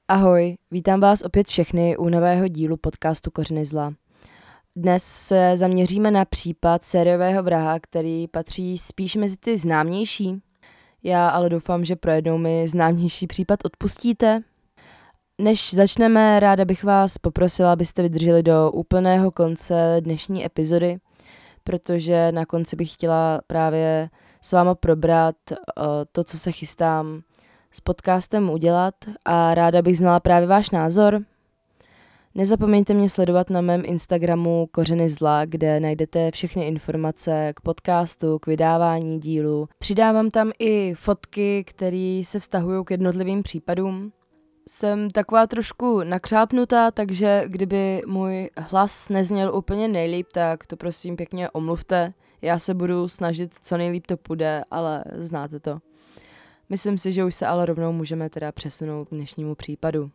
Ahoj, vítám vás opět všechny u nového dílu podcastu Kořeny zla. Dnes se zaměříme na případ sériového vraha, který patří spíš mezi ty známější. Já ale doufám, že pro jednou mi známější případ odpustíte. Než začneme, ráda bych vás poprosila, abyste vydrželi do úplného konce dnešní epizody, protože na konci bych chtěla právě s váma probrat to, co se chystám s podcastem udělat a ráda bych znala právě váš názor. Nezapomeňte mě sledovat na mém Instagramu Kořeny zla, kde najdete všechny informace k podcastu, k vydávání dílu. Přidávám tam i fotky, které se vztahují k jednotlivým případům. Jsem taková trošku nakřápnutá, takže kdyby můj hlas nezněl úplně nejlíp, tak to prosím pěkně omluvte. Já se budu snažit, co nejlíp to půjde, ale znáte to. Myslím si, že už se ale rovnou můžeme teda přesunout k dnešnímu případu.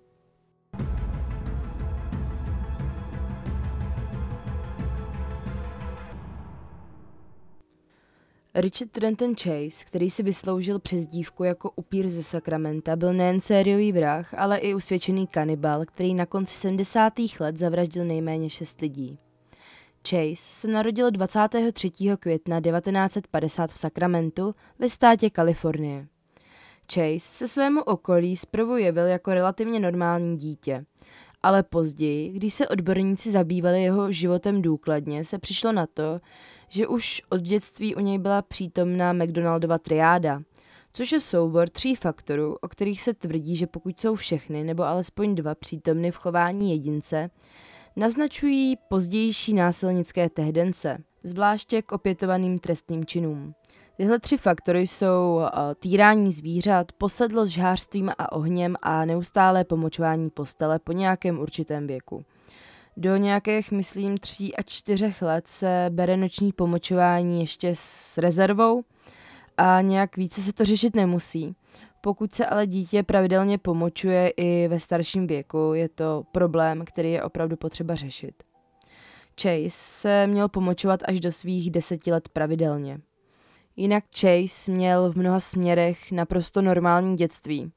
Richard Trenton Chase, který si vysloužil přezdívku jako upír ze Sacramenta, byl nejen sériový vrah, ale i usvědčený kanibal, který na konci 70. let zavraždil nejméně 6 lidí. Chase se narodil 23. května 1950 v Sacramentu ve státě Kalifornie. Chase se svému okolí zprvu jevil jako relativně normální dítě, ale později, když se odborníci zabývali jeho životem důkladně, se přišlo na to, že už od dětství u něj byla přítomná McDonaldova triáda, což je soubor 3 faktorů, o kterých se tvrdí, že pokud jsou všechny nebo alespoň 2 přítomny v chování jedince, naznačují pozdější násilnické tendence, zvláště k opětovaným trestným činům. Tyhle 3 faktory jsou týrání zvířat, posedlost žhářstvím a ohněm a neustálé pomočování postele po nějakém určitém věku. Do nějakých, myslím, 3 a 4 let se bere noční pomočování ještě s rezervou a nějak více se to řešit nemusí. Pokud se ale dítě pravidelně pomočuje i ve starším věku, je to problém, který je opravdu potřeba řešit. Chase se měl pomočovat až do svých 10 let pravidelně. Jinak Chase měl v mnoha směrech naprosto normální dětství.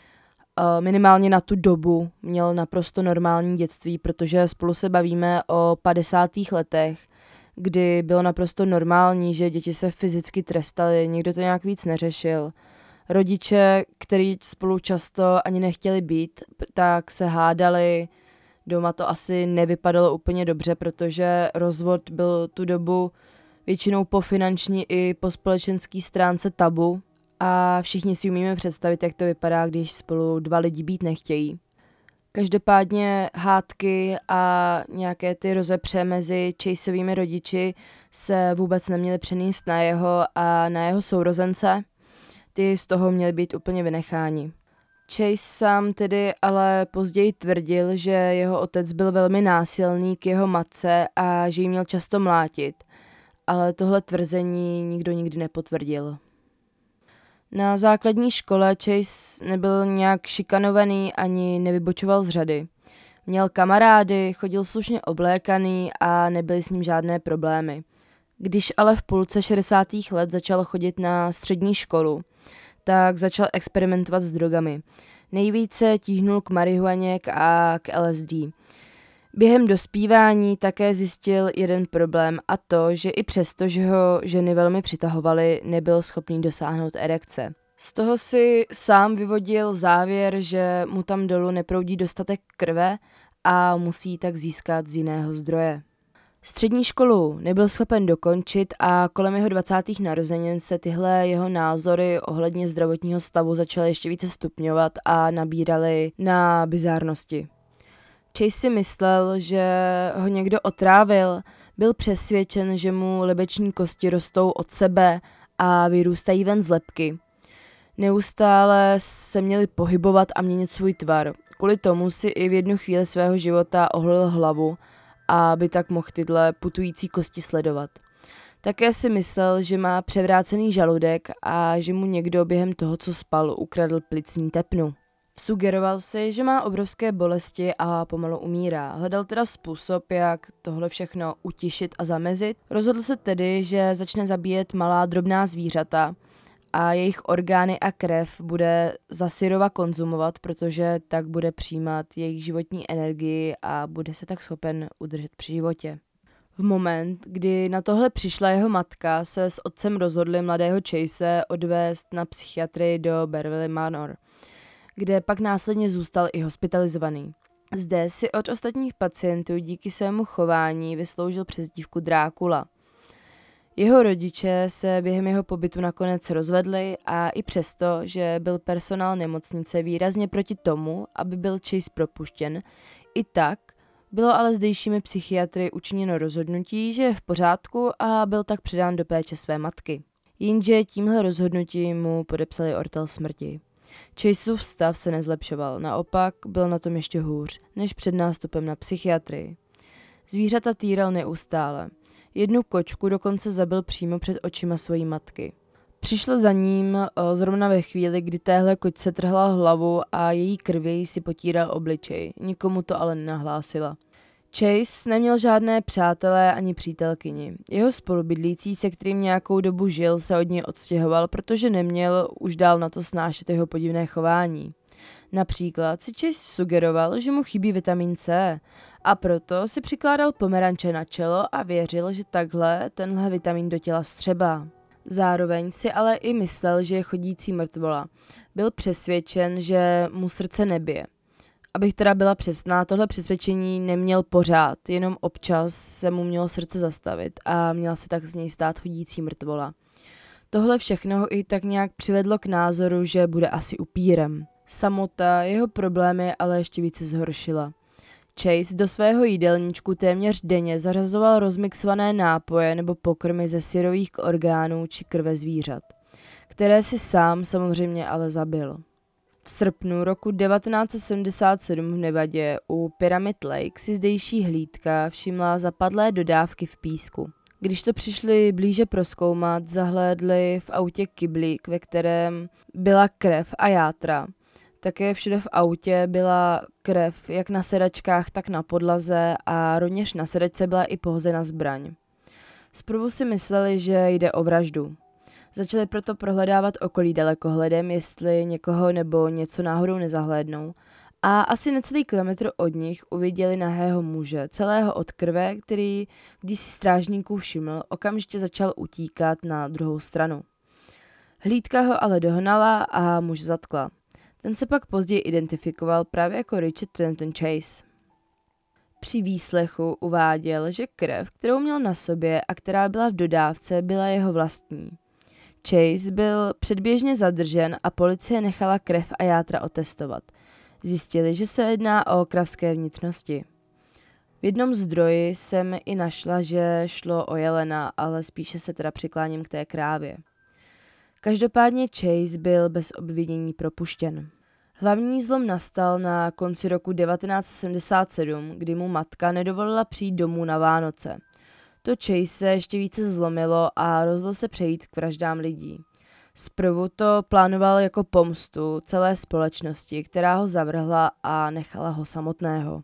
Minimálně na tu dobu měl naprosto normální dětství, protože spolu se bavíme o 50. letech, kdy bylo naprosto normální, že děti se fyzicky trestaly, nikdo to nějak víc neřešil. Rodiče, kteří spolu často ani nechtěli být, tak se hádali. Doma to asi nevypadalo úplně dobře, protože rozvod byl tu dobu většinou po finanční i po společenské stránce tabu a všichni si umíme představit, jak to vypadá, když spolu 2 lidi být nechtějí. Každopádně hádky a nějaké ty rozepře mezi Chaseovými rodiči se vůbec neměly přenést na jeho a na jeho sourozence. Ty z toho měly být úplně vynecháni. Chase sám tedy ale později tvrdil, že jeho otec byl velmi násilný k jeho matce a že ji měl často mlátit, ale tohle tvrzení nikdo nikdy nepotvrdil. Na základní škole Chase nebyl nějak šikanovaný ani nevybočoval z řady. Měl kamarády, chodil slušně oblékaný a nebyly s ním žádné problémy. Když ale v půlce 60. let začal chodit na střední školu, tak začal experimentovat s drogami. Nejvíce tíhnul k marihuaně a k LSD. Během dospívání také zjistil jeden problém a to, že i přesto, že ho ženy velmi přitahovaly, nebyl schopný dosáhnout erekce. Z toho si sám vyvodil závěr, že mu tam dolů neproudí dostatek krve a musí tak získat z jiného zdroje. Střední školu nebyl schopen dokončit a kolem jeho 20. narozenin se tyhle jeho názory ohledně zdravotního stavu začaly ještě více stupňovat a nabíraly na bizárnosti. Chase si myslel, že ho někdo otrávil, byl přesvědčen, že mu lebeční kosti rostou od sebe a vyrůstají ven z lebky. Neustále se měli pohybovat a měnit svůj tvar. Kvůli tomu si i v jednu chvíli svého života oholil hlavu, aby tak mohl tyhle putující kosti sledovat. Také si myslel, že má převrácený žaludek a že mu někdo během toho, co spal, ukradl plicní tepnu. Sugeroval si, že má obrovské bolesti a pomalu umírá. Hledal teda způsob, jak tohle všechno utišit a zamezit. Rozhodl se tedy, že začne zabíjet malá drobná zvířata a jejich orgány a krev bude za syrova konzumovat, protože tak bude přijímat jejich životní energii a bude se tak schopen udržet při životě. V moment, kdy na tohle přišla jeho matka, se s otcem rozhodli mladého Chase odvést na psychiatrii do Beverly Manor, kde pak následně zůstal i hospitalizovaný. Zde si od ostatních pacientů díky svému chování vysloužil přezdívku Drákula. Jeho rodiče se během jeho pobytu nakonec rozvedli a i přesto, že byl personál nemocnice výrazně proti tomu, aby byl Chase propuštěn, i tak bylo ale zdejšími psychiatry učiněno rozhodnutí, že je v pořádku a byl tak předán do péče své matky. Jenže tímhle rozhodnutím mu podepsali ortel smrti. Chaseův stav se nezlepšoval, naopak byl na tom ještě hůř, než před nástupem na psychiatrii. Zvířata týral neustále. Jednu kočku dokonce zabil přímo před očima svojí matky. Přišla za ním zrovna ve chvíli, kdy téhle kočce trhla hlavu a její krví si potíral obličej. Nikomu to ale nenahlásila. Chase neměl žádné přátelé ani přítelkyni. Jeho spolubydlící, se kterým nějakou dobu žil, se od něj odstěhoval, protože neměl už dál na to snášet jeho podivné chování. Například si Chase sugeroval, že mu chybí vitamin C a proto si přikládal pomeranče na čelo a věřil, že takhle tenhle vitamin do těla vstřebá. Zároveň si ale i myslel, že je chodící mrtvola. Byl přesvědčen, že mu srdce nebije. Abych teda byla přesná, tohle přesvědčení neměl pořád, jenom občas se mu mělo srdce zastavit a měla se tak z něj stát chodící mrtvola. Tohle všechno ho i tak nějak přivedlo k názoru, že bude asi upírem. Samota jeho problémy ale ještě více zhoršila. Chase do svého jídelníčku téměř denně zařazoval rozmixované nápoje nebo pokrmy ze syrových orgánů či krve zvířat, které si sám samozřejmě ale zabil. V srpnu roku 1977 v Nevadě u Pyramid Lake si zdejší hlídka všimla zapadlé dodávky v písku. Když to přišli blíže prozkoumat, zahlédli v autě kyblík, ve kterém byla krev a játra. Také všude v autě byla krev jak na sedačkách, tak na podlaze a rovněž na sedačce byla i pohozena zbraň. Zprvu si mysleli, že jde o vraždu. Začali proto prohledávat okolí dalekohledem, jestli někoho nebo něco náhodou nezahlédnou. A asi necelý kilometr od nich uviděli nahého muže, celého od krve, který, když si strážníků všiml, okamžitě začal utíkat na druhou stranu. Hlídka ho ale dohnala a muž zatkla. Ten se pak později identifikoval právě jako Richard Trenton Chase. Při výslechu uváděl, že krev, kterou měl na sobě a která byla v dodávce, byla jeho vlastní. Chase byl předběžně zadržen a policie nechala krev a játra otestovat. Zjistili, že se jedná o kravské vnitřnosti. V jednom zdroji jsem i našla, že šlo o jelena, ale spíše se teda přikláním k té krávě. Každopádně Chase byl bez obvinění propuštěn. Hlavní zlom nastal na konci roku 1977, kdy mu matka nedovolila přijít domů na Vánoce. To Chase se ještě více zlomilo a rozhodl se přejít k vraždám lidí. Zprvu to plánoval jako pomstu celé společnosti, která ho zavrhla a nechala ho samotného.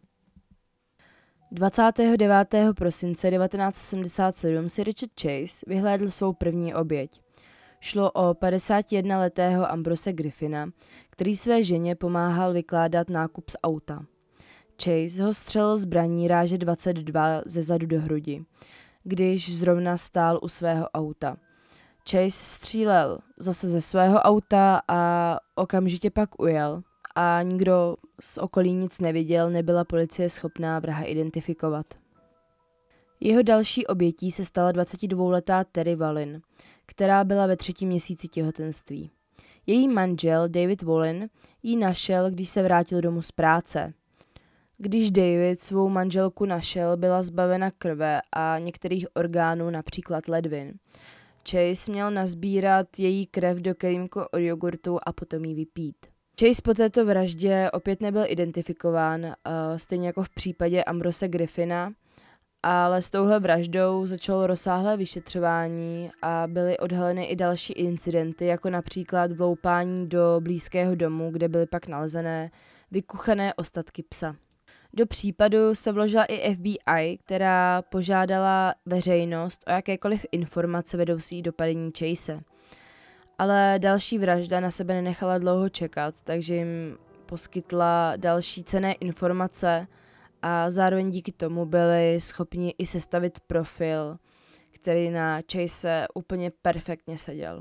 29. prosince 1977 si Richard Chase vyhlédl svou první oběť. Šlo o 51letého Ambrose Griffina, který své ženě pomáhal vykládat nákup z auta. Chase ho střelil zbraní ráže 22 ze zadu do hrudi, když zrovna stál u svého auta. Chase střílel zase ze svého auta a okamžitě pak ujel a nikdo z okolí nic neviděl, nebyla policie schopná vraha identifikovat. Jeho další obětí se stala 22letá Terry Wallin, která byla ve 3. měsíci těhotenství. Její manžel David Wallin ji našel, když se vrátil domů z práce. Když David svou manželku našel, byla zbavena krve a některých orgánů, například ledvin. Chase měl nazbírat její krev do kelímku od jogurtu a potom ji vypít. Chase po této vraždě opět nebyl identifikován, stejně jako v případě Ambrose Griffina, ale s touhle vraždou začalo rozsáhlé vyšetřování a byly odhaleny i další incidenty, jako například vloupání do blízkého domu, kde byly pak nalezené vykuchané ostatky psa. Do případu se vložila i FBI, která požádala veřejnost o jakékoliv informace vedoucí dopadení Chase. Ale další vražda na sebe nenechala dlouho čekat, takže jim poskytla další cenné informace a zároveň díky tomu byli schopni i sestavit profil, který na Chase úplně perfektně seděl.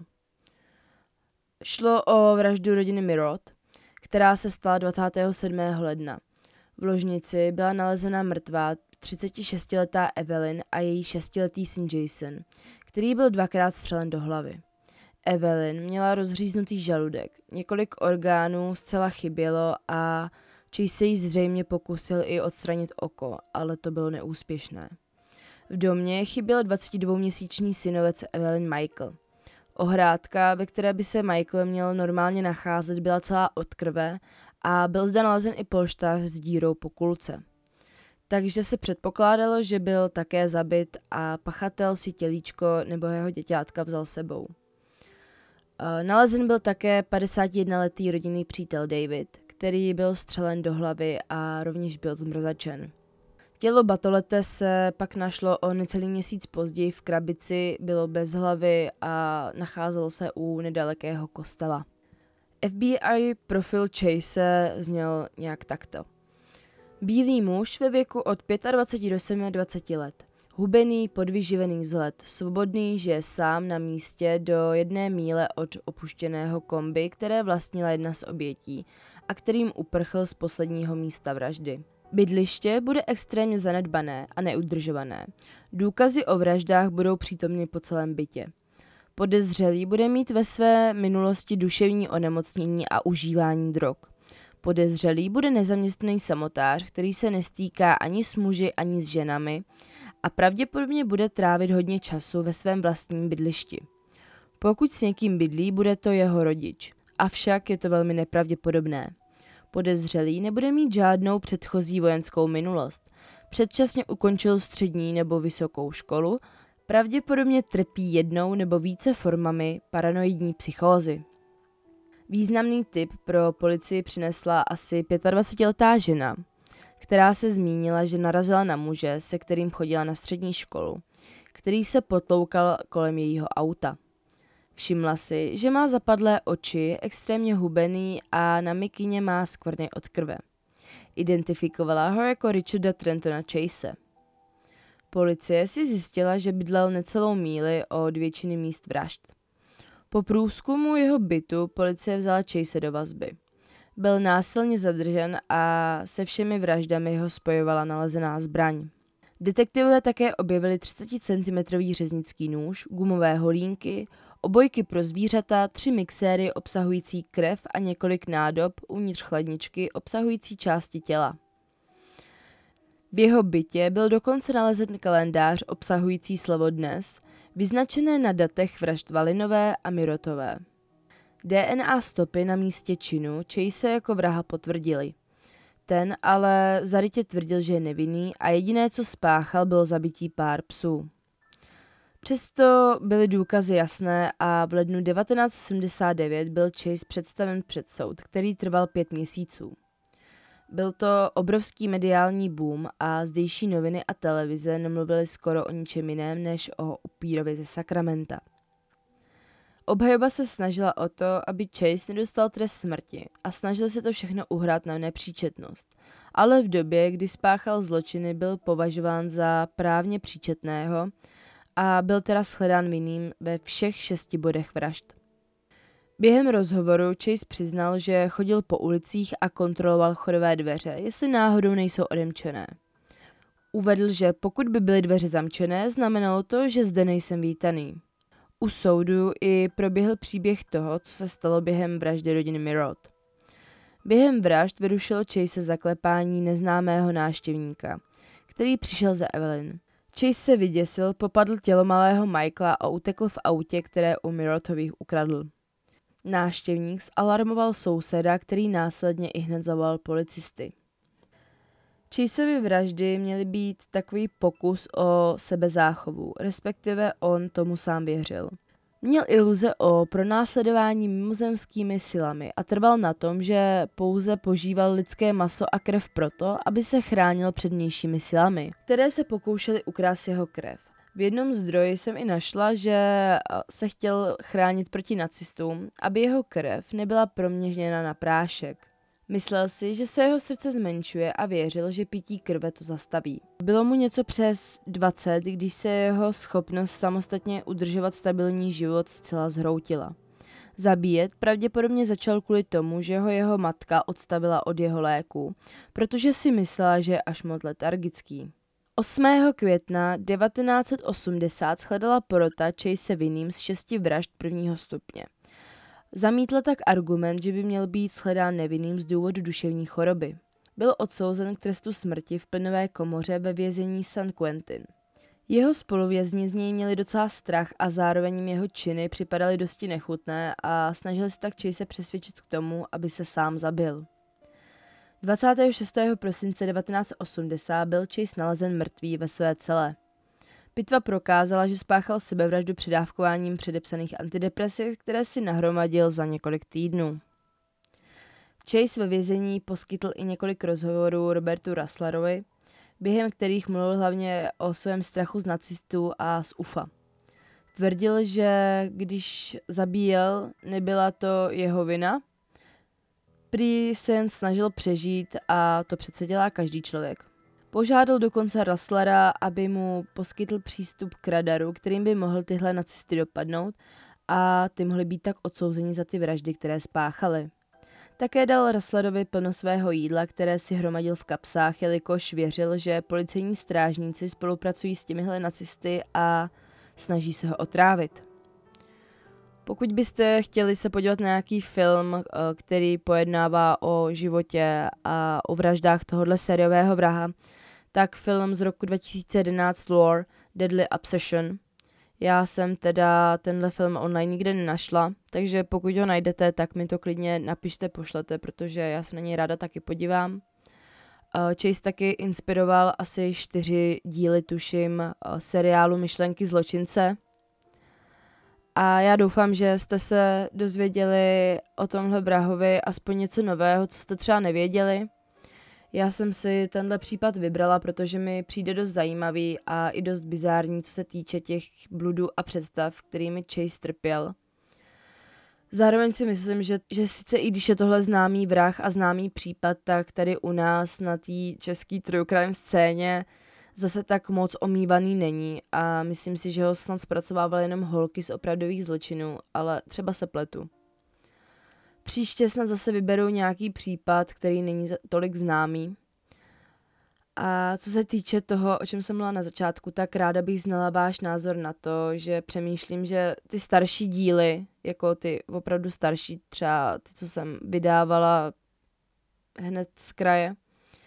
Šlo o vraždu rodiny Mirot, která se stala 27. ledna. V ložnici byla nalezena mrtvá 36letá Evelyn a její 6letý syn Jason, který byl 2krát střelen do hlavy. Evelyn měla rozříznutý žaludek, několik orgánů zcela chybělo a Chase se jí zřejmě pokusil i odstranit oko, ale to bylo neúspěšné. V domě chyběl 22měsíční synovec Evelyn Michael. Ohrádka, ve které by se Michael měl normálně nacházet, byla celá od krve a byl zde nalezen i polštář s dírou po kulce. Takže se předpokládalo, že byl také zabit a pachatel si tělíčko nebo jeho děťátka vzal sebou. Nalezen byl také 51letý rodinný přítel David, který byl střelen do hlavy a rovněž byl zmrzačen. Tělo Batolete se pak našlo o necelý měsíc později v krabici, bylo bez hlavy a nacházelo se u nedalekého kostela. FBI profil Chase zněl nějak takto. Bílý muž ve věku od 25 do 27 let. Hubený, podvyživený vzhled, svobodný, žije sám na místě do 1 míle od opuštěného kombi, které vlastnila jedna z obětí a kterým uprchl z posledního místa vraždy. Bydliště bude extrémně zanedbané a neudržované. Důkazy o vraždách budou přítomny po celém bytě. Podezřelý bude mít ve své minulosti duševní onemocnění a užívání drog. Podezřelý bude nezaměstnaný samotář, který se nestýká ani s muži, ani s ženami a pravděpodobně bude trávit hodně času ve svém vlastním bydlišti. Pokud s někým bydlí, bude to jeho rodič. Avšak je to velmi nepravděpodobné. Podezřelý nebude mít žádnou předchozí vojenskou minulost. Předčasně ukončil střední nebo vysokou školu, pravděpodobně trpí jednou nebo více formami paranoidní psychózy. Významný tip pro policii přinesla asi 25letá žena, která se zmínila, že narazila na muže, se kterým chodila na střední školu, který se potloukal kolem jejího auta. Všimla si, že má zapadlé oči, je extrémně hubený a na mikině má skvrny od krve. Identifikovala ho jako Richarda Trentona Chase. Policie si zjistila, že bydlel necelou míli od většiny míst vražd. Po průzkumu jeho bytu policie vzala Chase do vazby. Byl násilně zadržen a se všemi vraždami ho spojovala nalezená zbraň. Detektivové také objevili 30 cm řeznický nůž, gumové holínky, obojky pro zvířata, 3 mixéry obsahující krev a několik nádob uvnitř chladničky obsahující části těla. V jeho bytě byl dokonce nalezen kalendář obsahující slovo dnes, vyznačené na datech vražd Valinové a Mirotové. DNA stopy na místě činu Chase jako vraha potvrdili. Ten ale zarytě tvrdil, že je nevinný a jediné, co spáchal, bylo zabití pár psů. Přesto byly důkazy jasné a v lednu 1979 byl Chase představen před soud, který trval 5 měsíců. Byl to obrovský mediální boom a zdejší noviny a televize nemluvily skoro o ničem jiném než o upírovi ze Sacramenta. Obhajoba se snažila o to, aby Chase nedostal trest smrti a snažil se to všechno uhrát na nepříčetnost, ale v době, kdy spáchal zločiny, byl považován za právně příčetného a byl teda shledán vinným ve všech 6 bodech vražd. Během rozhovoru Chase přiznal, že chodil po ulicích a kontroloval chodové dveře, jestli náhodou nejsou odemčené. Uvedl, že pokud by byly dveře zamčené, znamenalo to, že zde nejsem vítaný. U soudu i proběhl příběh toho, co se stalo během vraždy rodiny Mirot. Během vražd vyrušilo Chase zaklepání neznámého návštěvníka, který přišel za Evelyn. Chase se vyděsil, popadl tělo malého Michaela a utekl v autě, které u Mirotových ukradl. Návštěvník zalarmoval souseda, který následně ihned zavolal policisty. Chaseovy vraždy měly být takový pokus o sebezáchovu, respektive on tomu sám věřil. Měl iluze o pronásledování mimozemskými silami a trval na tom, že pouze požíval lidské maso a krev proto, aby se chránil před vnějšími silami, které se pokoušely ukrást jeho krev. V jednom zdroji jsem i našla, že se chtěl chránit proti nacistům, aby jeho krev nebyla proměněna na prášek. Myslel si, že se jeho srdce zmenšuje a věřil, že pití krve to zastaví. Bylo mu něco přes 20, když se jeho schopnost samostatně udržovat stabilní život zcela zhroutila. Zabíjet pravděpodobně začal kvůli tomu, že ho jeho matka odstavila od jeho léků, protože si myslela, že je až moc letargický. 8. května 1980 shledala porota Chase vinným z 6 vražd prvního stupně. Zamítla tak argument, že by měl být shledán nevinným z důvodu duševní choroby. Byl odsouzen k trestu smrti v plynové komoře ve vězení San Quentin. Jeho spoluvězni z něj měli docela strach a zároveň jim jeho činy připadaly dosti nechutné a snažili se tak Chase přesvědčit k tomu, aby se sám zabil. 26. prosince 1980 byl Chase nalezen mrtvý ve své cele. Pitva prokázala, že spáchal sebevraždu předávkováním předepsaných antidepresiv, které si nahromadil za několik týdnů. Chase ve vězení poskytl i několik rozhovorů Robertu Resslerovi, během kterých mluvil hlavně o svém strachu z nacistů a z UFA. Tvrdil, že když zabíjel, nebyla to jeho vina. Prý se jen snažil přežít a to přece dělá každý člověk. Požádal dokonce Resslera, aby mu poskytl přístup k radaru, kterým by mohl tyhle nacisty dopadnout a ty mohli být tak odsouzeni za ty vraždy, které spáchali. Také dal Resslerovi plno svého jídla, které si hromadil v kapsách, jelikož věřil, že policejní strážníci spolupracují s těmihle nacisty a snaží se ho otrávit. Pokud byste chtěli se podívat na nějaký film, který pojednává o životě a o vraždách tohohle sériového vraha, tak film z roku 2011 Lore, Deadly Obsession. Já jsem teda tenhle film online nikde nenašla, takže pokud ho najdete, tak mi to klidně napište, pošlete, protože já se na něj ráda taky podívám. Chase taky inspiroval asi 4 díly, tuším, seriálu Myšlenky zločince. A já doufám, že jste se dozvěděli o tomhle vrahovi aspoň něco nového, co jste třeba nevěděli. Já jsem si tenhle případ vybrala, protože mi přijde dost zajímavý a i dost bizární, co se týče těch bludů a představ, kterými Chase trpěl. Zároveň si myslím, že sice i když je tohle známý vrah a známý případ, tak tady u nás na té české true crime scéně zase tak moc omývaný není a myslím si, že ho snad zpracovávaly jenom holky z opravdových zločinů, ale třeba se pletu. Příště snad zase vyberu nějaký případ, který není tolik známý. A co se týče toho, o čem jsem mluvila na začátku, tak ráda bych znala váš názor na to, že přemýšlím, že ty starší díly, jako ty opravdu starší, třeba ty, co jsem vydávala hned z kraje,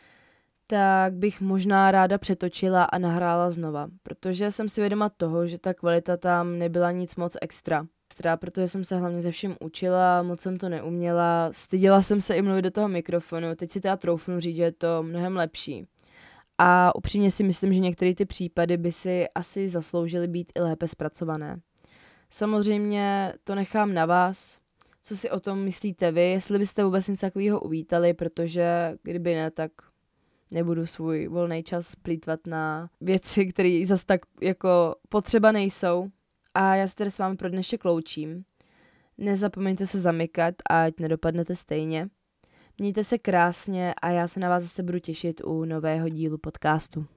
tak bych možná ráda přetočila a nahrála znova, protože jsem si vědoma toho, že ta kvalita tam nebyla nic moc extra, protože jsem se hlavně ze všem učila, moc jsem to neuměla, styděla jsem se i mluvit do toho mikrofonu, teď si teda troufnu říct, že je to mnohem lepší. A upřímně si myslím, že některé ty případy by si asi zasloužily být i lépe zpracované. Samozřejmě to nechám na vás, co si o tom myslíte vy, jestli byste vůbec něco takového uvítali, protože kdyby ne, tak nebudu svůj volný čas plýtvat na věci, které zase tak jako potřeba nejsou. A já se tedy s vámi pro dnešek loučím. Nezapomeňte se zamykat, ať nedopadnete stejně. Mějte se krásně a já se na vás zase budu těšit u nového dílu podcastu.